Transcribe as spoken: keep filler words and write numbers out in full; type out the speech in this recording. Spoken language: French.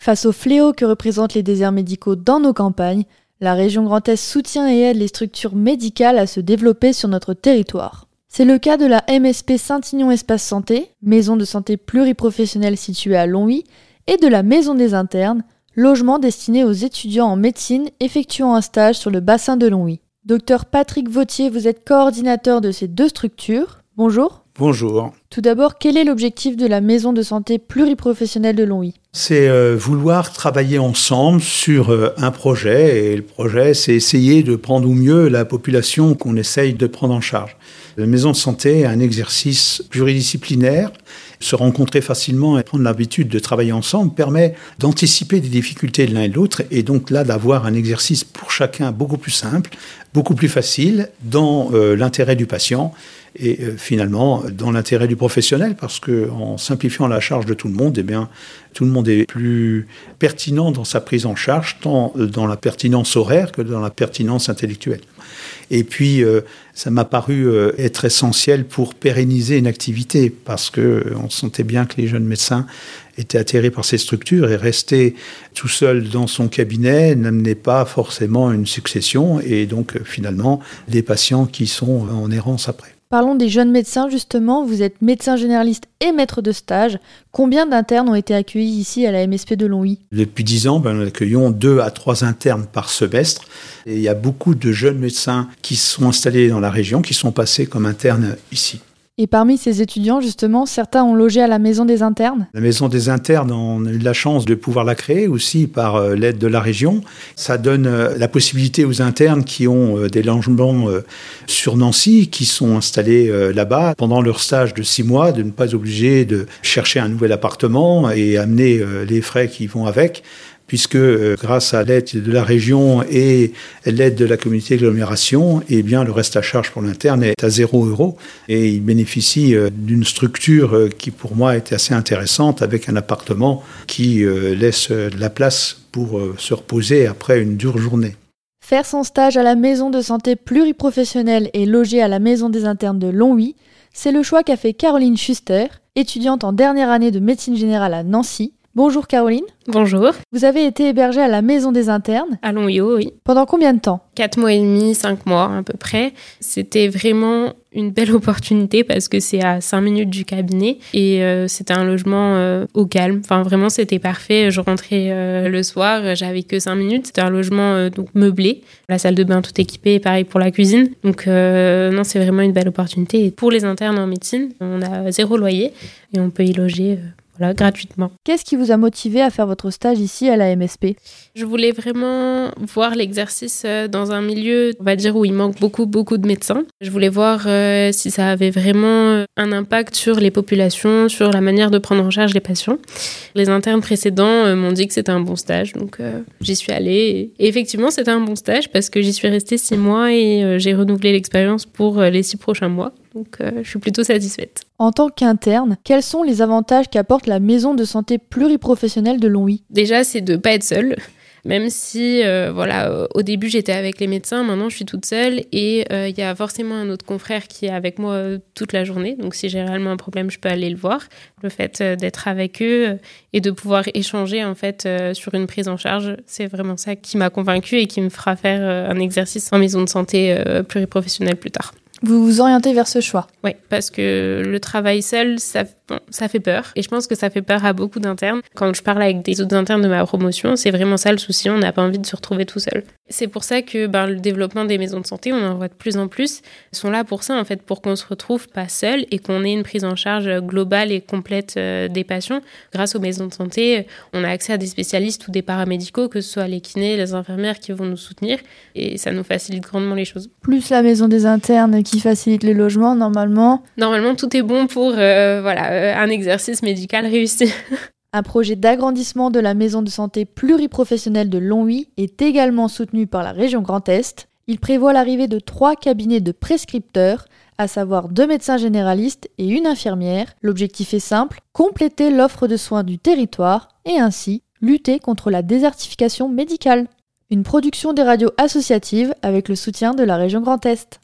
Face au fléau que représentent les déserts médicaux dans nos campagnes, la région Grand Est soutient et aide les structures médicales à se développer sur notre territoire. C'est le cas de la M S P Saint-Ignon Espace Santé, maison de santé pluriprofessionnelle située à Longwy, et de la Maison des Internes, logement destiné aux étudiants en médecine effectuant un stage sur le bassin de Longwy. Docteur Patrick Vautier, vous êtes coordinateur de ces deux structures. Bonjour. Bonjour. Tout d'abord, quel est l'objectif de la maison de santé pluriprofessionnelle de Longwy ? C'est euh, vouloir travailler ensemble sur euh, un projet, et le projet, c'est essayer de prendre au mieux la population qu'on essaye de prendre en charge. La maison de santé est un exercice pluridisciplinaire. Se rencontrer facilement et prendre l'habitude de travailler ensemble permet d'anticiper des difficultés de l'un et de l'autre, et donc là d'avoir un exercice pour chacun beaucoup plus simple, beaucoup plus facile, dans euh, l'intérêt du patient et euh, finalement dans l'intérêt du professionnel, parce qu'en simplifiant la charge de tout le monde, eh bien, tout le monde est plus pertinent dans sa prise en charge, tant dans la pertinence horaire que dans la pertinence intellectuelle. Et puis, euh, ça m'a paru euh, être essentiel pour pérenniser une activité, parce qu'on euh, sentait bien que les jeunes médecins étaient atterrés par ces structures, et rester tout seul dans son cabinet n'amenait pas forcément une succession, et donc euh, finalement, des patients qui sont en errance après. Parlons des jeunes médecins, justement. Vous êtes médecin généraliste et maître de stage. Combien d'internes ont été accueillis ici à la M S P de Longwy ? Depuis dix ans, ben, nous accueillons deux à trois internes par semestre. Et il y a beaucoup de jeunes médecins qui sont installés dans la région, qui sont passés comme internes ici. Et parmi ces étudiants, justement, certains ont logé à la maison des internes ? La maison des internes, on a eu la chance de pouvoir la créer aussi par euh, l'aide de la région. Ça donne euh, la possibilité aux internes qui ont euh, des logements euh, sur Nancy, qui sont installés euh, là-bas pendant leur stage de six mois, de ne pas être obligés de chercher un nouvel appartement et amener euh, les frais qui vont avec, puisque euh, grâce à l'aide de la région et l'aide de la communauté d'agglomération, eh bien, le reste à charge pour l'interne est à zéro euro. Et il bénéficie euh, d'une structure euh, qui, pour moi, était assez intéressante, avec un appartement qui euh, laisse euh, de la place pour euh, se reposer après une dure journée. Faire son stage à la maison de santé pluriprofessionnelle et loger à la maison des internes de Longwy, c'est le choix qu'a fait Caroline Schuster, étudiante en dernière année de médecine générale à Nancy. Bonjour Caroline. Bonjour. Vous avez été hébergée à la maison des internes ? À Longwy, oui. Pendant combien de temps ? Quatre mois et demi, cinq mois à peu près. C'était vraiment une belle opportunité parce que c'est à cinq minutes du cabinet et euh, c'était un logement euh, au calme. Enfin vraiment c'était parfait. Je rentrais euh, le soir, j'avais que cinq minutes. C'était un logement euh, donc meublé, la salle de bain tout équipée, pareil pour la cuisine. Donc euh, non, c'est vraiment une belle opportunité. Et pour les internes en médecine, on a zéro loyer et on peut y loger euh, Voilà, gratuitement. Qu'est-ce qui vous a motivé à faire votre stage ici à la M S P ? Je voulais vraiment voir l'exercice dans un milieu, on va dire, où il manque beaucoup, beaucoup de médecins. Je voulais voir euh, si ça avait vraiment un impact sur les populations, sur la manière de prendre en charge les patients. Les internes précédents euh, m'ont dit que c'était un bon stage, donc euh, j'y suis allée. Et effectivement, c'était un bon stage parce que j'y suis restée six mois et euh, j'ai renouvelé l'expérience pour euh, les six prochains mois. Donc, euh, je suis plutôt satisfaite. En tant qu'interne, quels sont les avantages qu'apporte la maison de santé pluriprofessionnelle de Longwy ? Déjà, c'est de ne pas être seule. Même si, euh, voilà, au début, j'étais avec les médecins, maintenant, je suis toute seule. Et il euh, y a forcément un autre confrère qui est avec moi euh, toute la journée. Donc, si j'ai réellement un problème, je peux aller le voir. Le fait euh, d'être avec eux euh, et de pouvoir échanger, en fait, euh, sur une prise en charge, c'est vraiment ça qui m'a convaincue et qui me fera faire euh, un exercice en maison de santé euh, pluriprofessionnelle plus tard. Vous vous orientez vers ce choix ? Oui, parce que le travail seul, ça, bon, ça fait peur. Et je pense que ça fait peur à beaucoup d'internes. Quand je parle avec des autres internes de ma promotion, c'est vraiment ça le souci. On n'a pas envie de se retrouver tout seul. C'est pour ça que ben, le développement des maisons de santé, on en voit de plus en plus, sont là pour ça, en fait, pour qu'on se retrouve pas seul et qu'on ait une prise en charge globale et complète euh, des patients. Grâce aux maisons de santé, on a accès à des spécialistes ou des paramédicaux, que ce soit les kinés, les infirmières qui vont nous soutenir. Et ça nous facilite grandement les choses. Plus la maison des internes qui facilite les logements, normalement... Normalement, tout est bon pour euh, voilà, euh, un exercice médical réussi. Un projet d'agrandissement de la maison de santé pluriprofessionnelle de Longwy est également soutenu par la région Grand Est. Il prévoit l'arrivée de trois cabinets de prescripteurs, à savoir deux médecins généralistes et une infirmière. L'objectif est simple, compléter l'offre de soins du territoire et ainsi lutter contre la désertification médicale. Une production des radios associatives avec le soutien de la région Grand Est.